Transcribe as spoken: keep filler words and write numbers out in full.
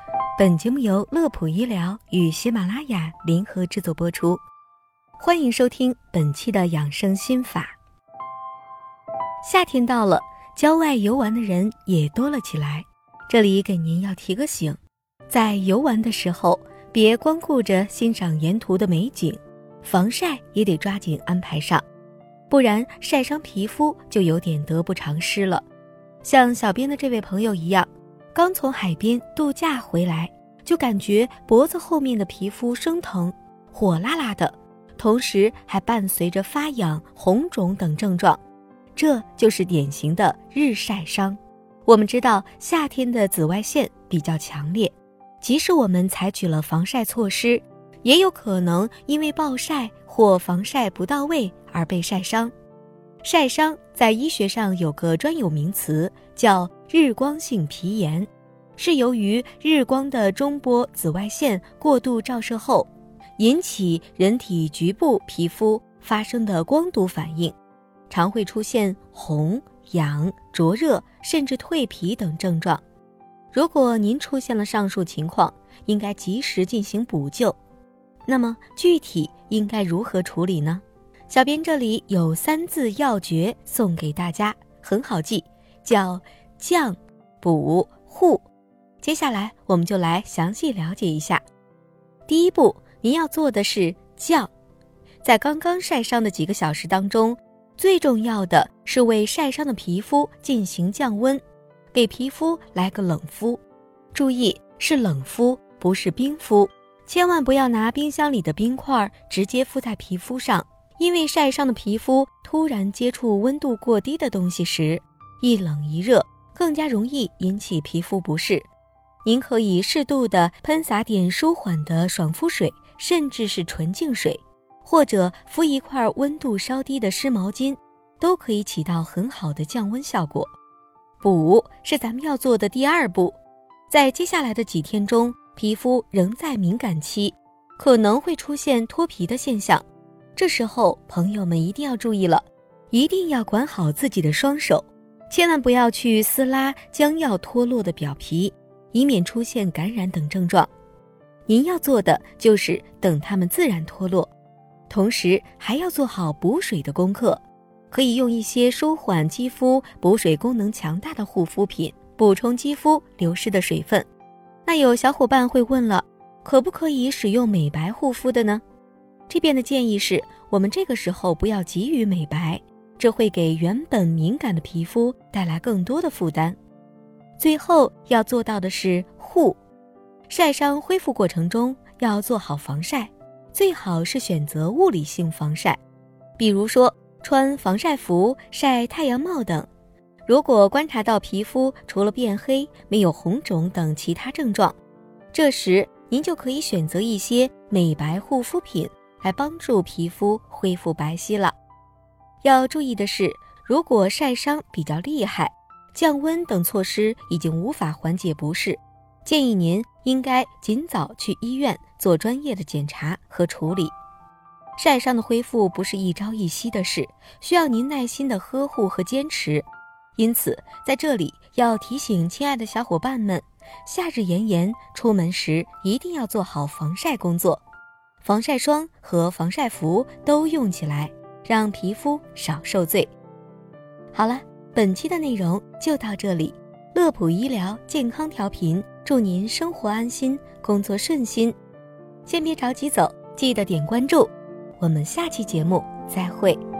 本节目由乐普医疗与喜马拉雅联合制作播出，欢迎收听本期的养生心法。夏天到了，郊外游玩的人也多了起来。这里给您要提个醒，在游玩的时候，别光顾着欣赏沿途的美景，防晒也得抓紧安排上，不然晒伤皮肤就有点得不偿失了。像小编的这位朋友一样，刚从海边度假回来，就感觉脖子后面的皮肤生疼，火辣辣的，同时还伴随着发痒、红肿等症状，这就是典型的日晒伤。我们知道夏天的紫外线比较强烈，即使我们采取了防晒措施，也有可能因为暴晒或防晒不到位而被晒伤。晒伤在医学上有个专有名词，叫日光性皮炎，是由于日光的中波紫外线过度照射后，引起人体局部皮肤发生的光毒反应，常会出现红、痒、灼热甚至蜕皮等症状。如果您出现了上述情况，应该及时进行补救。那么具体应该如何处理呢？小编这里有三字要诀送给大家，很好记，叫降、补、护。接下来我们就来详细了解一下。第一步，您要做的是降。在刚刚晒伤的几个小时当中，最重要的是为晒伤的皮肤进行降温，给皮肤来个冷敷。注意，是冷敷，不是冰敷，千万不要拿冰箱里的冰块直接敷在皮肤上，因为晒伤的皮肤突然接触温度过低的东西时，一冷一热，更加容易引起皮肤不适。您可以适度的喷洒点舒缓的爽肤水，甚至是纯净水，或者敷一块温度稍低的湿毛巾，都可以起到很好的降温效果。补是咱们要做的第二步。在接下来的几天中，皮肤仍在敏感期，可能会出现脱皮的现象。这时候朋友们一定要注意了，一定要管好自己的双手，千万不要去撕拉将要脱落的表皮，以免出现感染等症状。您要做的就是等它们自然脱落，同时还要做好补水的功课，可以用一些舒缓肌肤、补水功能强大的护肤品，补充肌肤流失的水分。那有小伙伴会问了，可不可以使用美白护肤的呢？这边的建议是，我们这个时候不要急于美白，这会给原本敏感的皮肤带来更多的负担。最后要做到的是护。晒伤恢复过程中要做好防晒，最好是选择物理性防晒，比如说穿防晒服、晒太阳帽等。如果观察到皮肤除了变黑，没有红肿等其他症状，这时您就可以选择一些美白护肤品来帮助皮肤恢复白皙了。要注意的是，如果晒伤比较厉害，降温等措施已经无法缓解不适，建议您应该尽早去医院做专业的检查和处理。晒伤的恢复不是一朝一夕的事，需要您耐心的呵护和坚持。因此在这里要提醒亲爱的小伙伴们，夏日炎炎，出门时一定要做好防晒工作，防晒霜和防晒服都用起来，让皮肤少受罪。好了，本期的内容就到这里。乐普医疗健康调频，祝您生活安心，工作顺心。先别着急走，记得点关注。我们下期节目再会。